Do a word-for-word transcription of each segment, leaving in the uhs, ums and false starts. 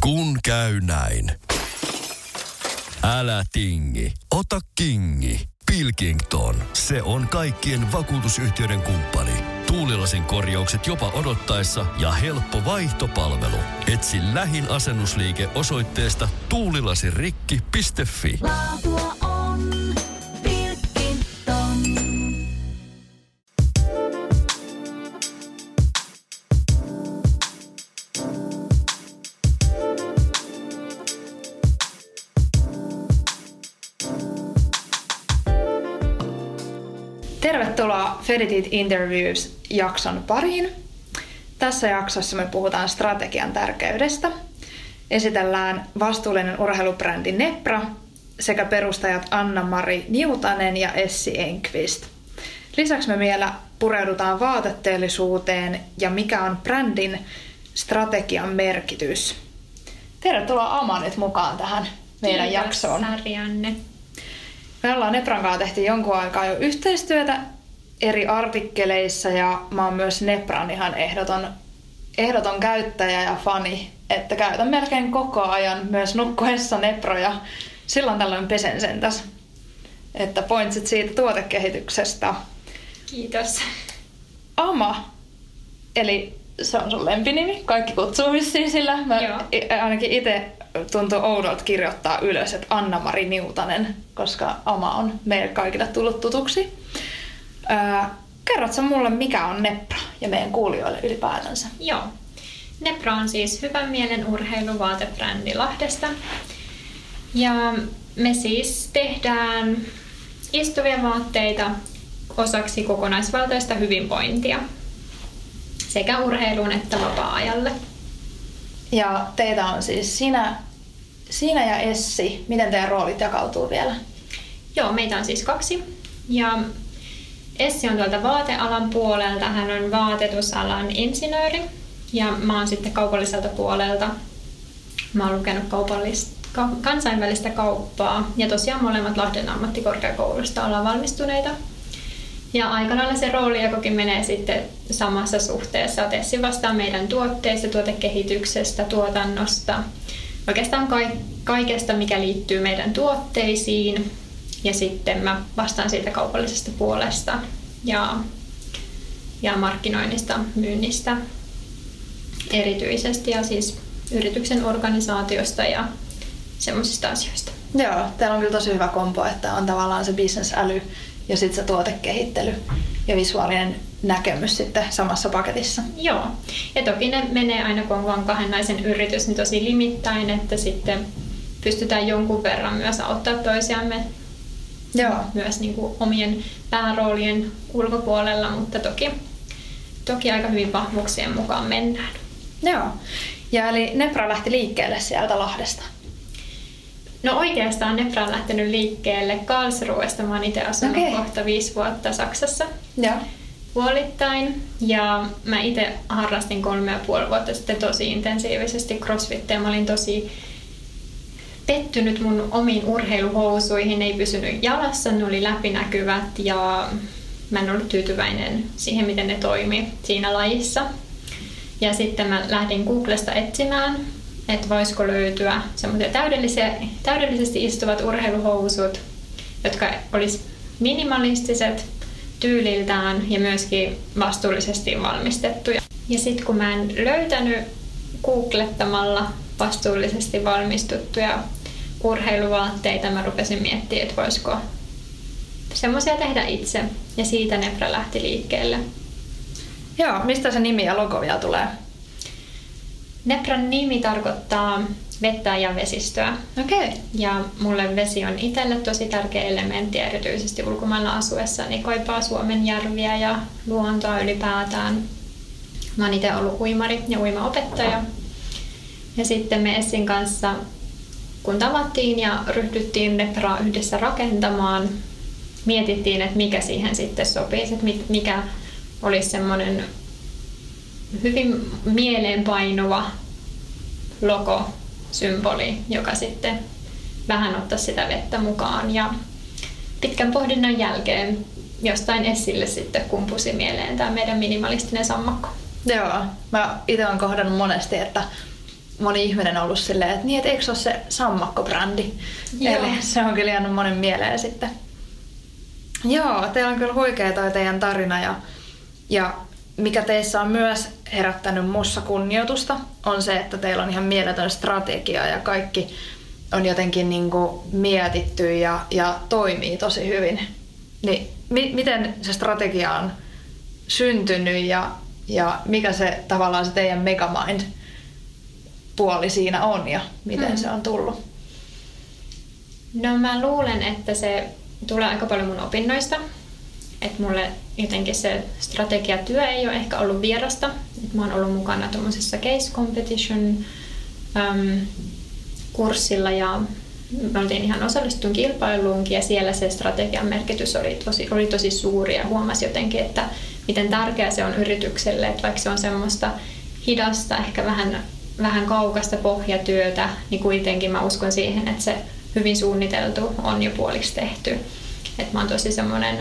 Kun käy näin. Älä tingi, ota kingi. Pilkington, se on kaikkien vakuutusyhtiöiden kumppani. Tuulilasin korjaukset jopa odottaessa ja helppo vaihtopalvelu. Etsi lähin asennusliike osoitteesta tuulilasirikki piste fi. Laatua on Pilkington. Tervetuloa Feditit Interviews-jakson pariin. Tässä jaksossa me puhutaan strategian tärkeydestä. Esitellään vastuullinen urheilubrändi Nepra sekä perustajat Anna-Mari Niutanen ja Essi Enqvist. Lisäksi me vielä pureudutaan vaateteollisuuteen ja mikä on brändin strategian merkitys. Tervetuloa Ama nyt mukaan tähän meidän Kiitos, jaksoon. Sarjanne. Me ollaan Nepran kanssa tehty jonkun aikaa jo yhteistyötä eri artikkeleissa ja mä oon myös Nepran ihan ehdoton, ehdoton käyttäjä ja fani, että käytän melkein koko ajan myös nukkuessa Neproja. Silloin tällöin pesen sentäs. Että pointsit siitä tuotekehityksestä. Kiitos. Ama, eli se on sun lempinimi, kaikki kutsuu vissiin sillä. Mä Joo. ainakin itse tuntuu oudolta kirjoittaa ylös, että Anna-Mari Niutanen, koska Ama on meille kaikille tullut tutuksi. Öö, kerrotko mulle, mikä on Nepra ja meidän kuulijoille ylipäätänsä? Joo. Nepra on siis hyvän mielen urheiluvaatebrändi Lahdesta. Ja me siis tehdään istuvia vaatteita osaksi kokonaisvaltaista hyvinvointia sekä urheiluun että vapaa-ajalle. Ja teitä on siis sinä, sinä ja Essi. Miten teidän roolit jakautuu vielä? Joo, meitä on siis kaksi. Ja Essi on tuolta vaatealan puolelta. Hän on vaatetusalan insinööri. Ja mä oon sitten kaupalliselta puolelta. Mä oon lukenut kaupallista, kansainvälistä kauppaa. Ja tosiaan molemmat Lahden ammattikorkeakoulusta ollaan valmistuneita. Ja aika lailla se roolijakokin menee sitten samassa suhteessa. Essi vastaa meidän tuotteista, tuotekehityksestä, tuotannosta. Oikeastaan kaikesta, mikä liittyy meidän tuotteisiin. Ja sitten mä vastaan siitä kaupallisesta puolesta ja, ja markkinoinnista, myynnistä erityisesti. Ja siis yrityksen organisaatiosta ja semmoisista asioista. Joo, teillä on kyllä tosi hyvä kompo, että on tavallaan se business-äly ja sitten se tuotekehittely ja visuaalinen näkemys sitten samassa paketissa. Joo, ja toki ne menee aina kun on vain kahden naisen yritys, niin tosi limittäin, että sitten pystytään jonkun verran myös auttaa toisiamme. Joo. Myös niin kuin omien pääroolien ulkopuolella, mutta toki, toki aika hyvin vahvuuksien mukaan mennään. Joo, ja eli Nepra lähti liikkeelle sieltä Lahdesta. No oikeastaan Nepra on lähtenyt liikkeelle Karlsruhesta. Mä oon itse asunut Okei. kohta viisi vuotta Saksassa Joo. puolittain. Ja mä itse harrastin kolme ja puoli vuotta sitten tosi intensiivisesti crossfitteja. Mä olin tosi pettynyt mun omiin urheiluhousuihin. Ne ei pysynyt jalassa, ne oli läpinäkyvät ja mä en ollut tyytyväinen siihen, miten ne toimi siinä lajissa. Ja sitten mä lähdin Googlesta etsimään, että voisiko löytyä semmoisia täydellisiä, täydellisesti istuvat urheiluhousut, jotka olisi minimalistiset tyyliltään ja myöskin vastuullisesti valmistettuja. Ja sitten kun mä en löytänyt googlettamalla vastuullisesti valmistuttuja urheiluvaatteita, mä rupesin miettimään, että voisiko semmoisia tehdä itse. Ja siitä Nepra lähti liikkeelle. Joo, mistä se nimi ja logo vielä tulee? Nepran nimi tarkoittaa vettä ja vesistöä. Okei. Ja mulle vesi on itselle tosi tärkeä elementti, erityisesti ulkomailla asuessani kaipaa Suomen järviä ja luontoa ylipäätään. Mä oon itse ollut uimari ja uimaopettaja. Ja sitten me Essin kanssa, kun tavattiin ja ryhdyttiin Nepraa yhdessä rakentamaan, mietittiin, että mikä siihen sitten sopisi, että mikä olisi semmoinen hyvin mieleenpainuva logo, symboli, joka sitten vähän ottaisi sitä vettä mukaan. Ja pitkän pohdinnan jälkeen jostain Essille sitten kumpusi mieleen tämä meidän minimalistinen sammakko. Joo, mä itse olen kohdannut monesti, että moni ihminen on ollut silleen, että niin, et eikö se ole se sammakko-brändi? Joo. Eli se on kyllä jäänyt monen mieleen sitten. Joo, teillä on kyllä huikea toi teidän tarina ja, ja mikä teissä on myös herättänyt mussa kunnioitusta, on se, että teillä on ihan mieletön strategia ja kaikki on jotenkin niin kuin mietitty ja, ja toimii tosi hyvin. Niin, mi- miten se strategia on syntynyt ja, ja mikä se tavallaan se teidän Megamind-puoli siinä on ja miten hmm. se on tullut? No mä luulen, että se tulee aika paljon mun opinnoista. Että mulle jotenkin se strategiatyö ei ole ehkä ollut vierasta. Et mä oon ollut mukana tuommoisessa case competition äm, kurssilla ja me oltiin ihan osallistun kilpailuunkin ja siellä se strategian merkitys oli tosi, oli tosi suuri ja huomasi jotenkin, että miten tärkeää se on yritykselle, että vaikka se on semmoista hidasta, ehkä vähän, vähän kaukasta pohjatyötä, niin kuitenkin mä uskon siihen, että se hyvin suunniteltu on jo puoliksi tehty. Että mä oon tosi semmoinen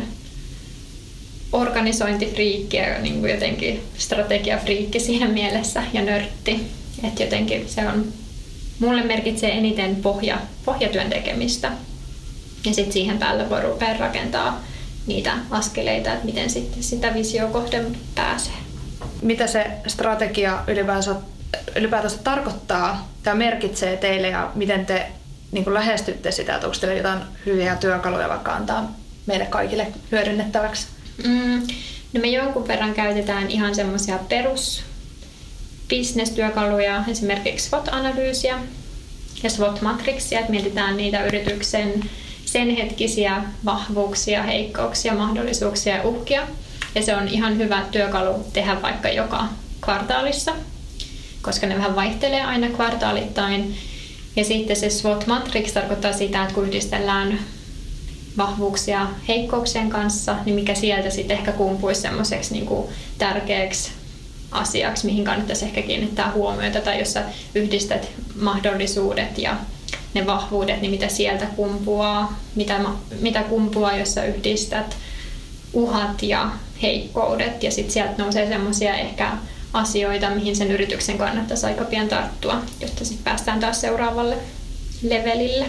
organisointifriikki ja niin kuin jotenkin strategiafriikki siinä mielessä ja nörtti. Että jotenkin se on, mulle merkitsee eniten pohja, pohjatyön tekemistä. Ja sitten siihen päälle voi rupea rakentaa niitä askeleita, että miten sitten sitä visioa kohden pääsee. Mitä se strategia ylipäänsä, ylipäätänsä tarkoittaa tai merkitsee teille ja miten te niin kuin lähestytte sitä, että onko teillä jotain hyviä työkaluja vaikka antaa meille kaikille hyödynnettäväksi? Mm, no me jonkun verran käytetään ihan semmoisia perus business-työkaluja, esimerkiksi SWOT-analyysiä ja SWOT-matriksia, että mietitään niitä yrityksen sen hetkisiä vahvuuksia, heikkouksia, mahdollisuuksia ja uhkia. Ja se on ihan hyvä työkalu tehdä vaikka joka kvartaalissa, koska ne vähän vaihtelee aina kvartaalittain. Ja sitten se SWOT-matrix tarkoittaa sitä, että kun yhdistellään vahvuuksia heikkouksien kanssa, niin mikä sieltä sitten ehkä kumpuisi semmoiseksi niin kuin tärkeäksi asiaksi, mihin kannattaisi ehkä kiinnittää huomiota, tai jos sä yhdistät mahdollisuudet ja ne vahvuudet, niin mitä sieltä kumpuaa, mitä, mitä kumpuaa, jos sä yhdistät uhat ja heikkoudet, ja sitten sieltä nousee semmoisia ehkä asioita, mihin sen yrityksen kannattaisi aika pian tarttua, jotta sitten päästään taas seuraavalle levelille.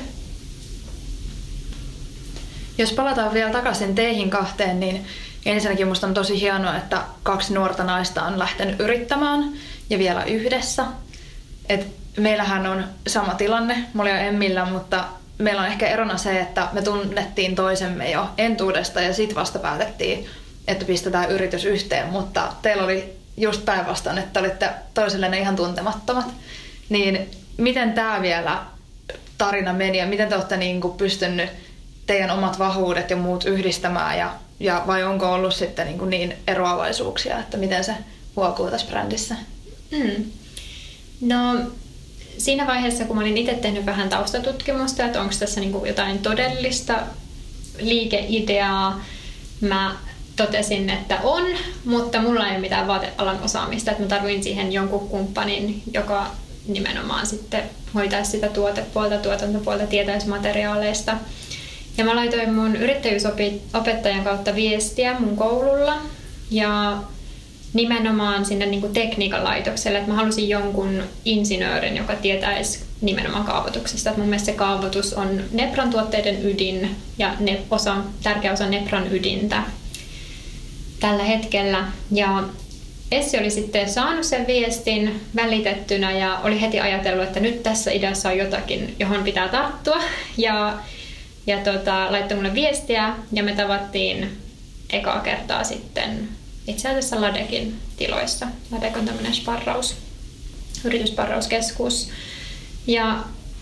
Jos palataan vielä takaisin teihin kahteen, niin ensinnäkin musta on tosi hienoa, että kaksi nuorta naista on lähtenyt yrittämään ja vielä yhdessä. Et meillähän on sama tilanne, mulla ei ole Emmillä, mutta meillä on ehkä erona se, että me tunnettiin toisemme jo entuudesta ja sit vasta päätettiin, että pistetään yritys yhteen, mutta teillä oli just päinvastoin, että olitte toisillenne ihan tuntemattomat. Niin miten tää vielä tarina meni ja miten te olette niinku pystynyt teidän omat vahvuudet ja muut yhdistämään ja, ja vai onko ollut sitten niin, niin eroavaisuuksia, että miten se huokuu tässä brändissä? Mm. No siinä vaiheessa, kun mä olin itse tehnyt vähän taustatutkimusta, että onko tässä niin kuin jotain todellista liikeideaa, mä totesin, että on, mutta mulla ei ole mitään vaatealan osaamista, että mä tarvitsin siihen jonkun kumppanin, joka nimenomaan sitten hoitaisi sitä tuotepuolta, tuotantopuolta, tietäisi materiaaleista. Ja mä laitoin mun yrittäjyysopettajan kautta viestiä mun koululla ja nimenomaan sinne niin kuin tekniikan laitokselle, että mä halusin jonkun insinöörin, joka tietäisi nimenomaan kaavoituksesta. Että mun mielestä se kaavoitus on Nepran tuotteiden ydin ja ne osa, tärkeä osa Nepran ydintä tällä hetkellä. Ja Essi oli sitten saanut sen viestin välitettynä ja oli heti ajatellut, että nyt tässä ideassa on jotakin, johon pitää tarttua. Ja Ja tota, laittoi mulle viestiä ja me tavattiin ekaa kertaa sitten itse asiassa Ladekin tiloissa. Ladek on tämmöinen sparraus, yrityssparrauskeskus. Ja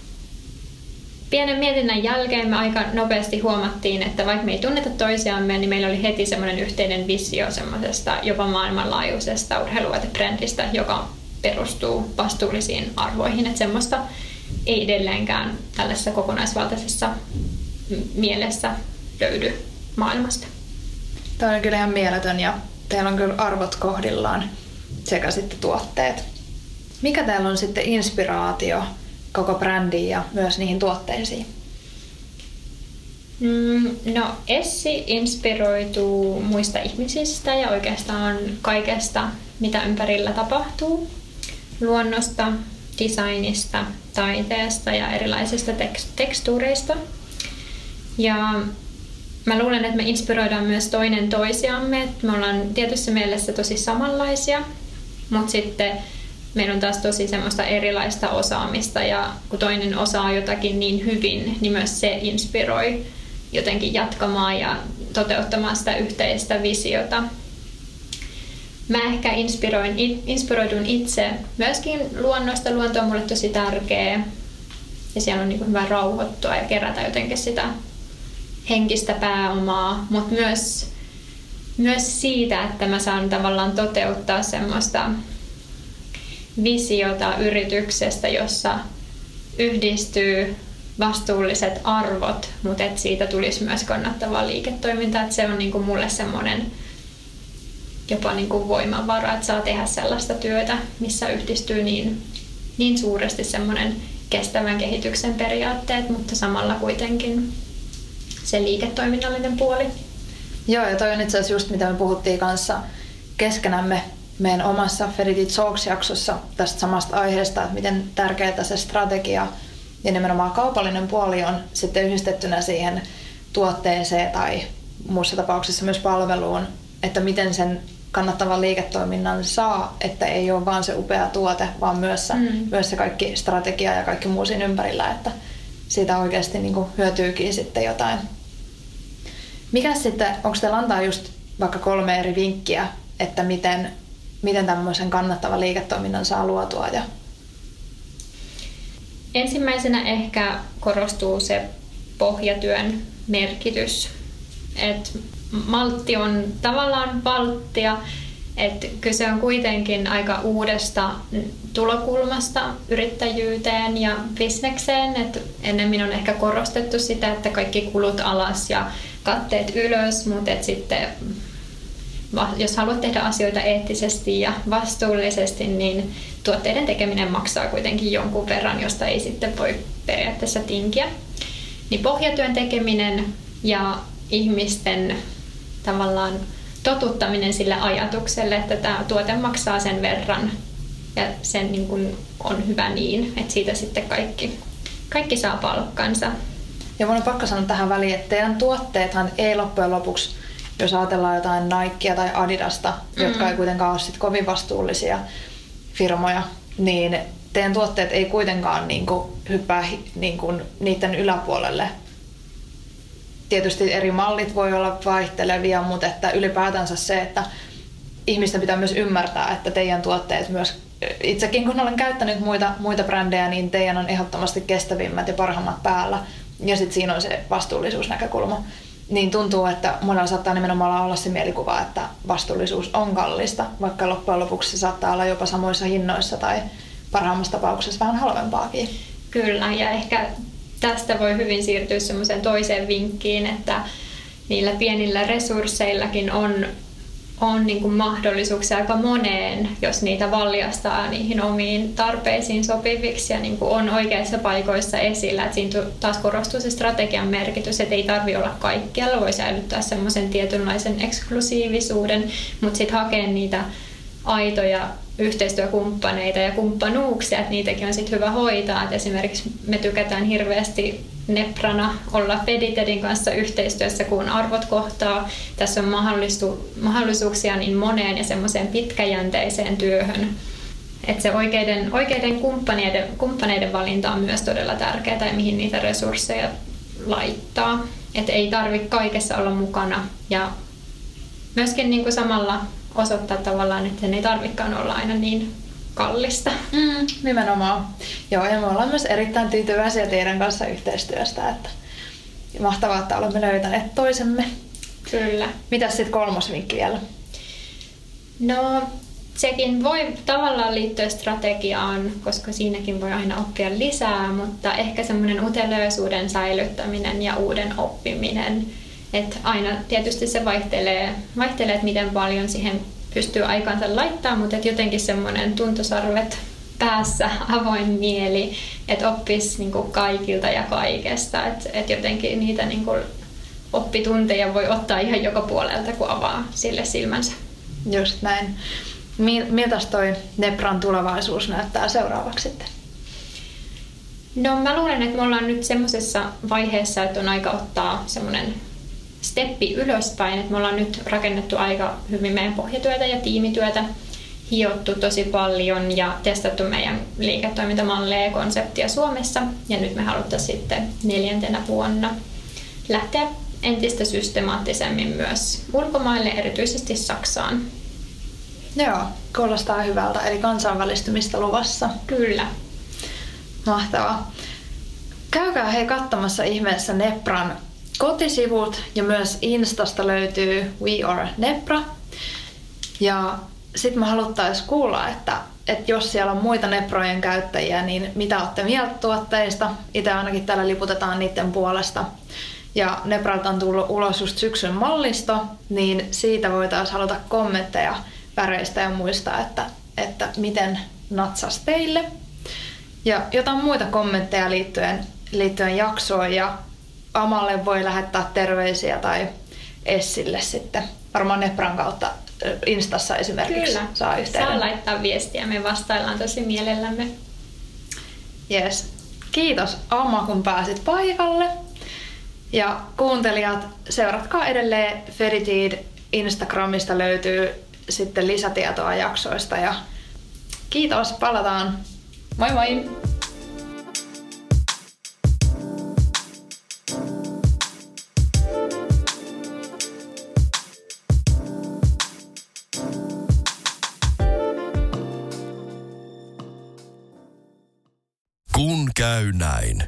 pienen mietinnän jälkeen me aika nopeasti huomattiin, että vaikka me ei tunneta toisiamme, niin meillä oli heti semmoinen yhteinen visio semmoisesta jopa maailmanlaajuisesta urheiluvaatebrändistä, joka perustuu vastuullisiin arvoihin. Että semmoista ei edelleenkään tällaisessa kokonaisvaltaisessa mielessä löydy maailmasta. Tämä on kyllä ihan mieletön ja teillä on kyllä arvot kohdillaan sekä sitten tuotteet. Mikä teillä on sitten inspiraatio koko brändiin ja myös niihin tuotteisiin? Mm, no Essi inspiroituu muista ihmisistä ja oikeastaan kaikesta, mitä ympärillä tapahtuu. Luonnosta, designista, taiteesta ja erilaisista tekstuureista. Ja mä luulen, että me inspiroidaan myös toinen toisiamme. Me ollaan tietyssä mielessä tosi samanlaisia, mutta sitten meillä on taas tosi semmoista erilaista osaamista ja kun toinen osaa jotakin niin hyvin, niin myös se inspiroi jotenkin jatkamaan ja toteuttamaan sitä yhteistä visiota. Mä ehkä inspiroin, inspiroidun itse myöskin luonnosta. Luonto on mulle tosi tärkeä ja siellä on niin hyvä rauhoittua ja kerätä jotenkin sitä henkistä pääomaa, mutta myös, myös siitä, että mä saan tavallaan toteuttaa semmoista visiota yrityksestä, jossa yhdistyy vastuulliset arvot, mutta et siitä tulisi myös kannattavaa liiketoimintaa. Et se on niinku mulle semmoinen jopa niinku voimavara, että saa tehdä sellaista työtä, missä yhdistyy niin, niin suuresti semmoinen kestävän kehityksen periaatteet, mutta samalla kuitenkin se liiketoiminnallinen puoli. Joo, ja toi on itse asiassa just mitä me puhuttiin kanssa keskenämme meidän omassa Fedit Talks-jaksossa tästä samasta aiheesta, että miten tärkeää se strategia ja nimenomaan kaupallinen puoli on sitten yhdistettynä siihen tuotteeseen tai muussa tapauksessa myös palveluun, että miten sen kannattavan liiketoiminnan saa, että ei ole vaan se upea tuote, vaan myös se, mm. myös se kaikki strategia ja kaikki muu siinä ympärillä, että siitä oikeasti niin kuin hyötyykin sitten jotain. Mikäs sitten, onko teillä antaa just vaikka kolme eri vinkkiä, että miten, miten tämmöisen kannattavan liiketoiminnan saa luotua? Ja... Ensimmäisenä ehkä korostuu se pohjatyön merkitys. Et maltti on tavallaan valttia, että kyse on kuitenkin aika uudesta tulokulmasta yrittäjyyteen ja bisnekseen. Et ennemmin on ehkä korostettu sitä, että kaikki kulut alas ja katteet ylös, mutta et sitten jos haluat tehdä asioita eettisesti ja vastuullisesti, niin tuotteiden tekeminen maksaa kuitenkin jonkun verran, josta ei sitten voi periaatteessa tinkiä. Niin pohjatyön tekeminen ja ihmisten tavallaan totuttaminen sille ajatukselle, että tämä tuote maksaa sen verran ja sen niin kuin on hyvä niin, että siitä sitten kaikki, kaikki saa palkkansa. Ja mun on pakko sanoa tähän väliin, että teidän tuotteethan ei loppujen lopuksi, jos ajatellaan jotain Nikea tai Adidasta, mm. jotka ei kuitenkaan ole sit kovin vastuullisia firmoja, niin teidän tuotteet ei kuitenkaan niin kuin hyppää niin kuin niiden yläpuolelle. Tietysti eri mallit voi olla vaihtelevia, mutta että ylipäätänsä se, että ihmisten pitää myös ymmärtää, että teidän tuotteet myös, itsekin kun olen käyttänyt muita, muita brändejä, niin teidän on ehdottomasti kestävimmät ja parhaimmat päällä. Ja sitten siinä on se vastuullisuusnäkökulma. Niin tuntuu, että monella saattaa nimenomaan olla se mielikuva, että vastuullisuus on kallista, vaikka loppujen lopuksi se saattaa olla jopa samoissa hinnoissa tai parhaimmassa tapauksessa vähän halvempaakin. Kyllä, ja ehkä tästä voi hyvin siirtyä semmoiseen toiseen vinkkiin, että niillä pienillä resursseillakin on, on niin kuin mahdollisuuksia aika moneen, jos niitä valjastaa niihin omiin tarpeisiin sopiviksi ja niin kuin on oikeissa paikoissa esillä. Että siinä taas korostuu se strategian merkitys, että ei tarvitse olla kaikkialla, voi säilyttää semmoisen tietynlaisen eksklusiivisuuden, mutta sitten hakea niitä aitoja yhteistyökumppaneita ja kumppanuuksia, että niitäkin on sitten hyvä hoitaa. Et esimerkiksi me tykätään hirveästi Neprana olla Feditedin kanssa yhteistyössä, kun arvot kohtaa. Tässä on mahdollisuuksia niin moneen ja semmoiseen pitkäjänteiseen työhön. Et se oikeiden, oikeiden kumppaneiden, kumppaneiden valinta on myös todella tärkeää ja mihin niitä resursseja laittaa. Et ei tarvitse kaikessa olla mukana ja myöskin niin kuin samalla osoittaa tavallaan, että sen ei tarvitsekaan olla aina niin kallista. Mm, nimenomaan. Joo, ja me ollaan myös erittäin tyytyväisiä teidän kanssa yhteistyöstä. Että mahtavaa, että olemme löytäneet toisemme. Kyllä. Mitäs sitten kolmas vinkki vielä? No, sekin voi tavallaan liittyä strategiaan, koska siinäkin voi aina oppia lisää, mutta ehkä semmoinen uteliaisuuden säilyttäminen ja uuden oppiminen. Et aina tietysti se vaihtelee, vaihtelee, että miten paljon siihen pystyy aikansa laittaa, mutta et jotenkin semmoinen tuntosarvet päässä, avoin mieli, että oppisi niinku kaikilta ja kaikesta. Että et jotenkin niitä niinku oppitunteja voi ottaa ihan joka puolelta, kun avaa sille silmänsä. Just näin. Miltäs toi Nepran tulevaisuus näyttää seuraavaksi sitten? No mä luulen, että me ollaan nyt semmoisessa vaiheessa, että on aika ottaa semmoinen steppi ylöspäin, että me ollaan nyt rakennettu aika hyvin meidän pohjatyötä ja tiimityötä, hiottu tosi paljon ja testattu meidän liiketoimintamalleja ja konseptia Suomessa. Ja nyt me haluttaisiin sitten neljäntenä vuonna lähteä entistä systemaattisemmin myös ulkomaille, erityisesti Saksaan. Joo, kuulostaa hyvältä. Eli kansainvälistymistä luvassa. Kyllä. Mahtavaa. Käykää hei katsomassa ihmeessä Nepran kotisivut ja myös Instasta löytyy We Are Nepra. Ja sitten me haluttais kuulla, että, että jos siellä on muita Neprojen käyttäjiä, niin mitä olette mieltä tuotteista? Itse ainakin täällä liputetaan niiden puolesta. Ja Nepralta on tullut ulos just syksyn mallisto, niin siitä voitaisiin haluta kommentteja väreistä ja muista, että, että miten natsas teille. Ja jotain muita kommentteja liittyen, liittyen jaksoon ja Amalle voi lähettää terveisiä tai Essille sitten. Varmaan Nepran kautta Instassa esimerkiksi Kyllä. saa yhteyden. Saa laittaa viestiä, me vastaillaan tosi mielellämme. Yes. Kiitos Amma, kun pääsit paikalle. Ja kuuntelijat, seuratkaa edelleen Feditid. Instagramista löytyy sitten lisätietoa jaksoista. Ja kiitos, palataan. Moi moi! Kun käy näin.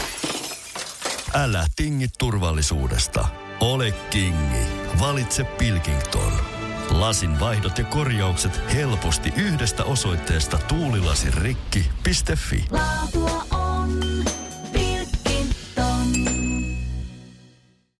Älä tingi turvallisuudesta. Ole kingi. Valitse Pilkington. Lasin vaihdot ja korjaukset helposti yhdestä osoitteesta tuulilasirikki piste fi. Laatua